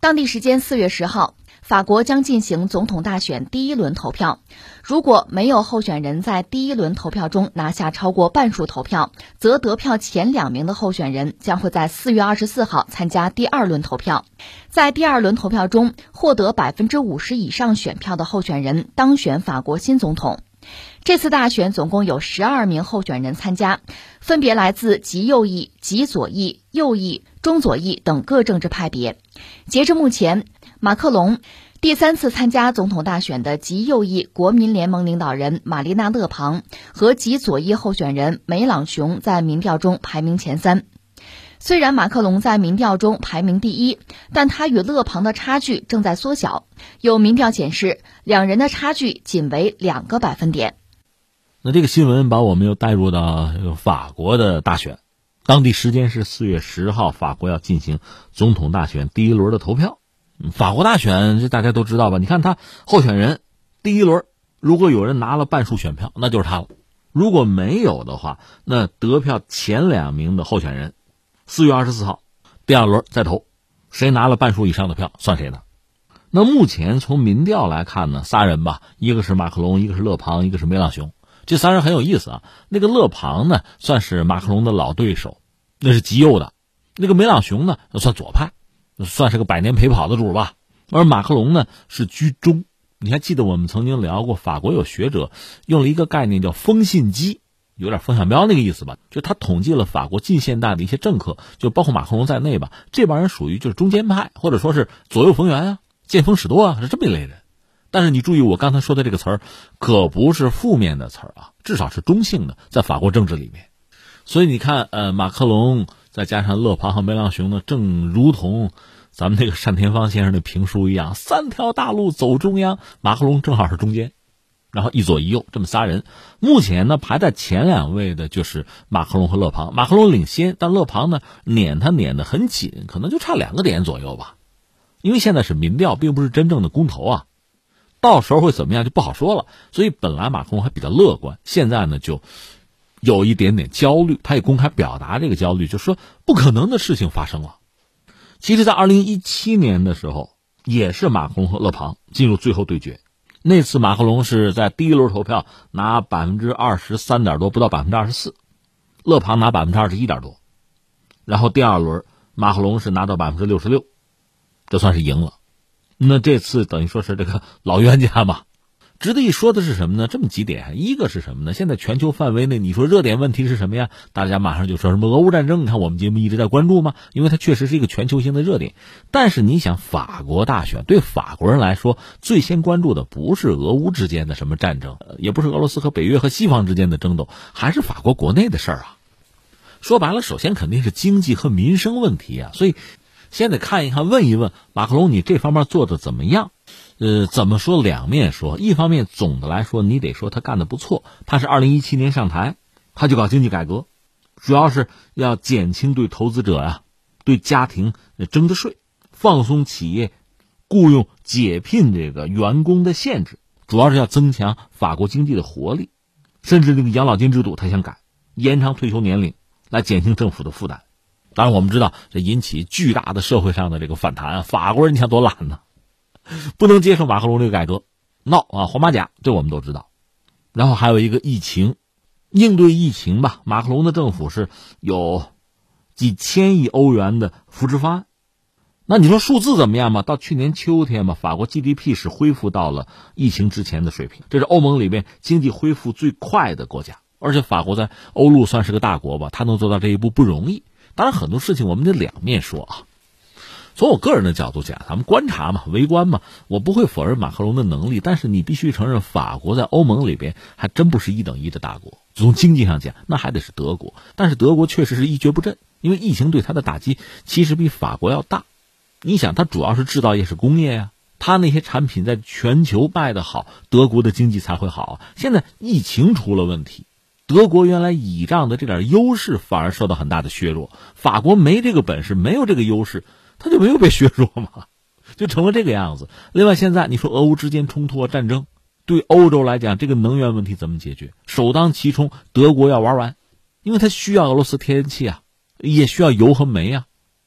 当地时间4月10号，法国将进行总统大选第一轮投票。如果没有候选人在第一轮投票中拿下超过半数投票，则得票前2名的候选人将会在4月24号参加第二轮投票。在第二轮投票中，获得50%以上选票的候选人当选法国新总统。这次大选总共有12名候选人参加，分别来自极右翼、极左翼、右翼、中左翼等各政治派别。截至目前，马克龙、第3次参加总统大选的极右翼国民联盟领导人玛丽娜·勒庞和极左翼候选人梅朗雄在民调中排名前3。虽然马克龙在民调中排名第1，但他与勒庞的差距正在缩小。有民调显示，两人的差距仅为2个百分点。 那这个新闻把我们又带入到法国的大选，当地时间是4月10号，法国要进行总统大选第一轮的投票。法国大选这大家都知道吧？你看他候选人第一轮，如果有人拿了半数选票，那就是他了；如果没有的话，那得票前2名的候选人4月24号第二轮再投，谁拿了半数以上的票算谁的。那目前从民调来看呢，3人吧，一个是马克龙，一个是勒庞，一个是梅朗雄。这3人很有意思啊。那个勒庞呢算是马克龙的老对手，那是极右的；那个梅朗雄呢算左派，算是个百年陪跑的主吧。而马克龙呢是居中。你还记得我们曾经聊过，法国有学者用了一个概念叫风信机，有点风向标那个意思吧，就他统计了法国近现代的一些政客，就包括马克龙在内吧，这帮人属于就是中间派，或者说是左右逢源啊，见风使舵啊，是这么一类人。但是你注意我刚才说的这个词儿可不是负面的词儿啊，至少是中性的，在法国政治里面。所以你看马克龙再加上勒庞和梅朗雄呢，正如同咱们那个单田芳先生的评书一样，3条大路走中央，马克龙正好是中间，然后一左一右这么3人。目前呢排在前2位的就是马克龙和勒庞，马克龙领先，但勒庞呢撵得很紧，可能就差2个点左右吧。因为现在是民调，并不是真正的公投啊，到时候会怎么样就不好说了。所以本来马克龙还比较乐观，现在呢就有一点点焦虑，他也公开表达这个焦虑，就是说不可能的事情发生了。其实在2017年的时候，也是马克龙和勒庞进入最后对决。那次马克龙是在第一轮投票拿23点多，不到24%，勒庞拿21点多，然后第二轮马克龙是拿到66%，这算是赢了。那这次等于说是这个老冤家嘛。值得一说的是什么呢？这么几点，一个是什么呢？现在全球范围内，你说热点问题是什么呀？大家马上就说什么俄乌战争，你看我们节目一直在关注嘛，因为它确实是一个全球性的热点。但是你想，法国大选对法国人来说，最先关注的不是俄乌之间的什么战争，也不是俄罗斯和北约和西方之间的争斗，还是法国国内的事儿啊。说白了，首先肯定是经济和民生问题啊。所以先得看一看，问一问马克龙，你这方面做的怎么样？怎么说，两面说。一方面总的来说你得说他干得不错，他是2017年上台，他就搞经济改革，主要是要减轻对投资者啊、对家庭征的税，放松企业雇佣解聘这个员工的限制，主要是要增强法国经济的活力。甚至这个养老金制度他想改，延长退休年龄，来减轻政府的负担。当然我们知道这引起巨大的社会上的这个反弹啊，法国人你想多懒呢，不能接受马克龙这个改革，闹啊，黄马甲，这我们都知道。然后还有一个疫情，应对疫情吧，马克龙的政府是有几千亿欧元的扶持方案。那你说数字怎么样嘛？到去年秋天嘛，法国 GDP 是恢复到了疫情之前的水平，这是欧盟里面经济恢复最快的国家。而且法国在欧陆算是个大国吧，他能做到这一步不容易。当然很多事情我们得两面说啊。从我个人的角度讲，咱们观察嘛，围观嘛，我不会否认马克龙的能力，但是你必须承认法国在欧盟里边还真不是一等一的大国。从经济上讲，那还得是德国，但是德国确实是一蹶不振，因为疫情对它的打击其实比法国要大。你想，它主要是制造业，是工业呀，它那些产品在全球卖得好，德国的经济才会好。现在疫情出了问题，德国原来倚仗的这点优势反而受到很大的削弱，法国没这个本事，没有这个优势，它就没有被削弱嘛，就成了这个样子。另外现在你说俄乌之间冲突战争，对欧洲来讲这个能源问题怎么解决？首当其冲德国要玩完，因为它需要俄罗斯天然气啊，也需要油和煤啊。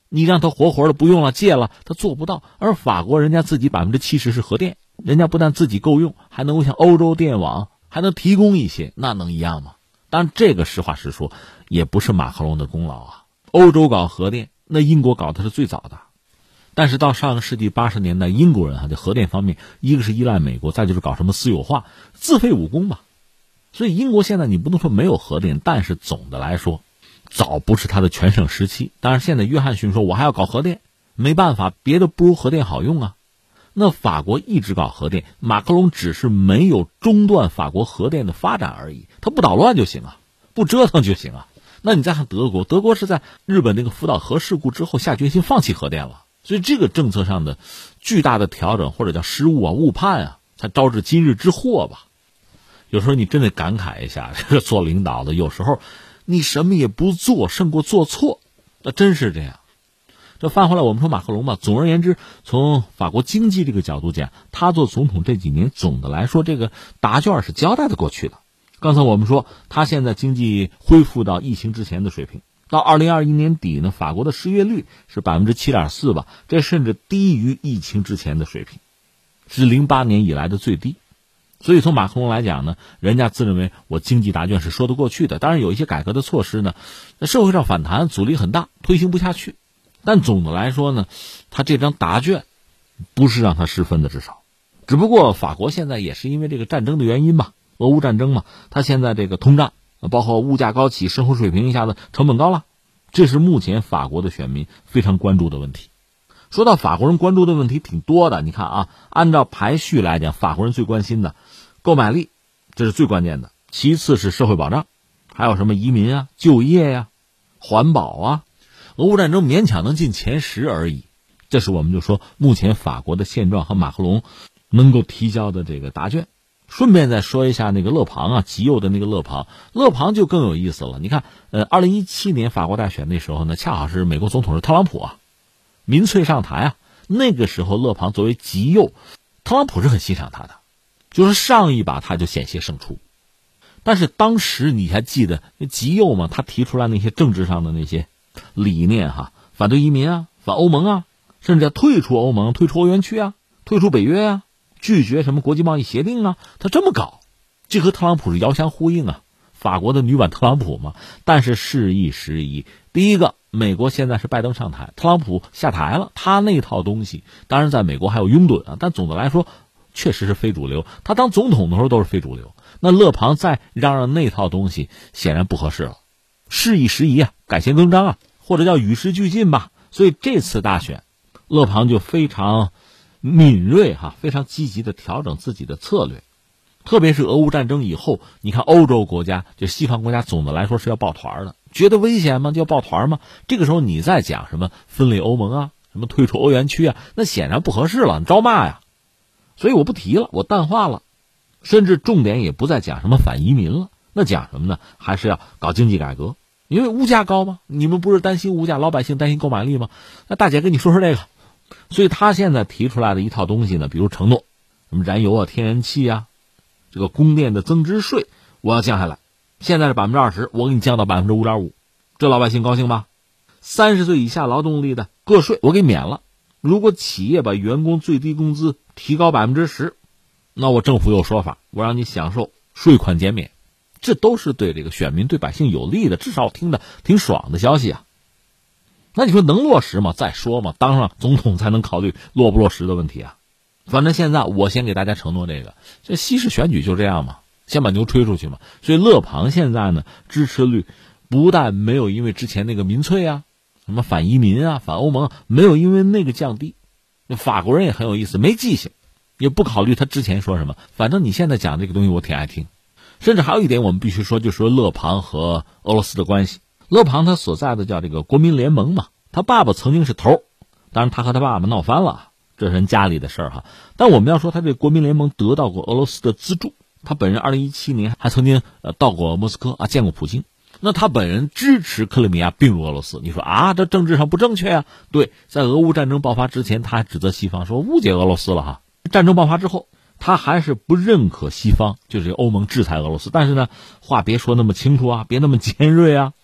你让他活活的不用了，戒了，他做不到。而法国人家自己70%是核电，人家不但自己够用，还能够像欧洲电网还能提供一些，那能一样吗？当然这个实话实说也不是马克龙的功劳啊。欧洲搞核电，那英国搞的是最早的。但是到上个世纪80年代，英国人在核电方面，一个是依赖美国，再就是搞什么私有化，自废武功吧。所以英国现在你不能说没有核电，但是总的来说早不是它的全盛时期。当然现在约翰逊说我还要搞核电，没办法，别的不如核电好用啊。那法国一直搞核电，马克龙只是没有中断法国核电的发展而已，他不捣乱就行啊，不折腾就行啊。那你再看德国，德国是在日本那个福岛核事故之后下决心放弃核电了，所以这个政策上的巨大的调整或者叫失误啊、误判啊，才招致今日之祸吧。有时候你真得感慨一下，这个做领导的有时候你什么也不做胜过做错，那真是这样。这翻回来我们说马克龙吧，总而言之，从法国经济这个角度讲，他做总统这几年总的来说这个答卷是交代的过去的。刚才我们说他现在经济恢复到疫情之前的水平，到2021年底呢，法国的失业率是 7.4% 吧，这甚至低于疫情之前的水平，是08年以来的最低。所以从马克龙来讲呢，人家自认为我经济答卷是说得过去的。当然有一些改革的措施呢，社会上反弹阻力很大，推行不下去。但总的来说呢，他这张答卷不是让他失分的，至少。只不过法国现在也是因为这个战争的原因吧，俄乌战争嘛，他现在这个通胀，包括物价高企，生活水平一下子成本高了，这是目前法国的选民非常关注的问题。说到法国人关注的问题挺多的，你看啊，按照排序来讲，法国人最关心的购买力，这是最关键的，其次是社会保障，还有什么移民啊、就业呀、环保啊。俄乌战争勉强能进前10而已，这是我们就说目前法国的现状和马克龙能够提交的这个答卷。顺便再说一下那个勒庞啊，极右的那个勒庞就更有意思了。你看2017年法国大选那时候呢，恰好是美国总统是特朗普啊，民粹上台啊，那个时候勒庞作为极右，特朗普是很欣赏他的，就是上一把他就险些胜出。但是当时你还记得极右嘛，他提出来那些政治上的那些理念哈，反对移民啊，反欧盟啊，甚至要退出欧盟、退出欧元区啊、退出北约啊，拒绝什么国际贸易协定啊，他这么搞，这和特朗普是遥相呼应啊，法国的女版特朗普嘛。但是事易时移，第一个，美国现在是拜登上台，特朗普下台了，他那套东西当然在美国还有拥趸啊，但总的来说确实是非主流，他当总统的时候都是非主流。那勒庞再让那套东西显然不合适了，事易时移啊，改弦更张啊，或者叫与时俱进吧。所以这次大选，勒庞就非常敏锐哈，非常积极的调整自己的策略。特别是俄乌战争以后，你看欧洲国家就西方国家总的来说是要抱团的，觉得危险吗？就要抱团吗？这个时候你再讲什么分裂欧盟啊，什么退出欧元区啊，那显然不合适了，你招骂呀。所以我不提了，我淡化了，甚至重点也不再讲什么反移民了，那讲什么呢？还是要搞经济改革，因为物价高吗？你们不是担心物价，老百姓担心购买力吗？那大姐跟你说说这个。所以他现在提出来的一套东西呢，比如承诺什么燃油啊、天然气啊，这个供电的增值税我要降下来，现在是 20%， 我给你降到 5.5%， 这老百姓高兴吧？30岁以下劳动力的个税我给免了，如果企业把员工最低工资提高 10%， 那我政府有说法，我让你享受税款减免，这都是对这个选民对百姓有利的，至少听得挺爽的消息啊。那你说能落实吗？再说嘛，当上总统才能考虑落不落实的问题啊。反正现在我先给大家承诺这西式选举就这样嘛，先把牛吹出去嘛。所以勒庞现在呢，支持率不但没有因为之前那个民粹啊，什么反移民啊、反欧盟没有因为那个降低，法国人也很有意思，没记性，也不考虑他之前说什么，反正你现在讲这个东西我挺爱听。甚至还有一点我们必须说，就是说勒庞和俄罗斯的关系。勒庞他所在的叫这个国民联盟嘛，他爸爸曾经是头，当然他和他爸爸闹翻了，这是人家里的事儿哈。但我们要说他这个国民联盟得到过俄罗斯的资助，他本人2017年还曾经到过莫斯科啊，见过普京。那他本人支持克里米亚并入俄罗斯，你说啊，这政治上不正确啊？对，在俄乌战争爆发之前，他还指责西方说误解俄罗斯了哈。战争爆发之后，他还是不认可西方，就是欧盟制裁俄罗斯，但是呢，话别说那么清楚啊，别那么尖锐啊。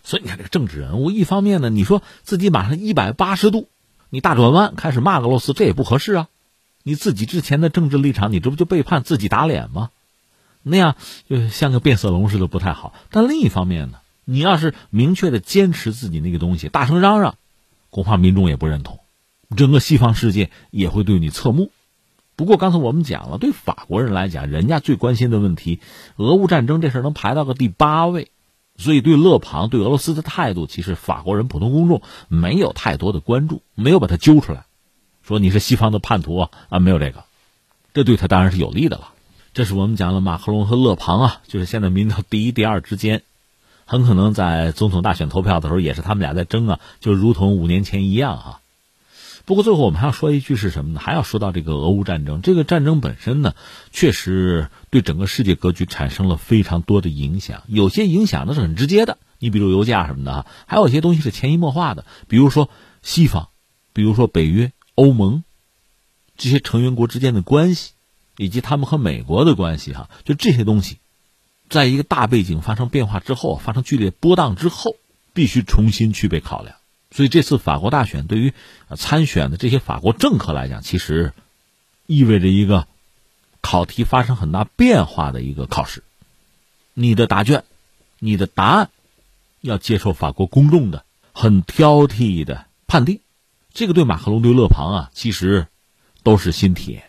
所以你看这个政治人物，一方面呢，你说自己马上180度，你大转弯开始骂俄罗斯，这也不合适啊。你自己之前的政治立场，你这不就背叛自己打脸吗？那样就像个变色龙似的，不太好。但另一方面呢，你要是明确的坚持自己那个东西，大声嚷嚷，恐怕民众也不认同，整个西方世界也会对你侧目。不过刚才我们讲了，对法国人来讲，人家最关心的问题，俄乌战争这事能排到个第8位，所以对勒庞对俄罗斯的态度，其实法国人普通公众没有太多的关注，没有把他揪出来说你是西方的叛徒啊，没有这个，这对他当然是有利的了。这是我们讲了马克龙和勒庞啊，就是现在民调第1、第2之间，很可能在总统大选投票的时候也是他们俩在争啊，就如同5年前一样啊。不过最后我们还要说一句是什么呢？还要说到这个俄乌战争，这个战争本身呢，确实对整个世界格局产生了非常多的影响，有些影响呢是很直接的，你比如油价什么的啊，还有一些东西是潜移默化的，比如说西方，比如说北约、欧盟这些成员国之间的关系，以及他们和美国的关系哈，就这些东西，在一个大背景发生变化之后，发生剧烈波荡之后，必须重新去被考量。所以这次法国大选对于参选的这些法国政客来讲，其实意味着一个考题发生很大变化的一个考试。你的答卷，你的答案要接受法国公众的很挑剔的判定。这个对马克龙对勒庞啊，其实都是新铁。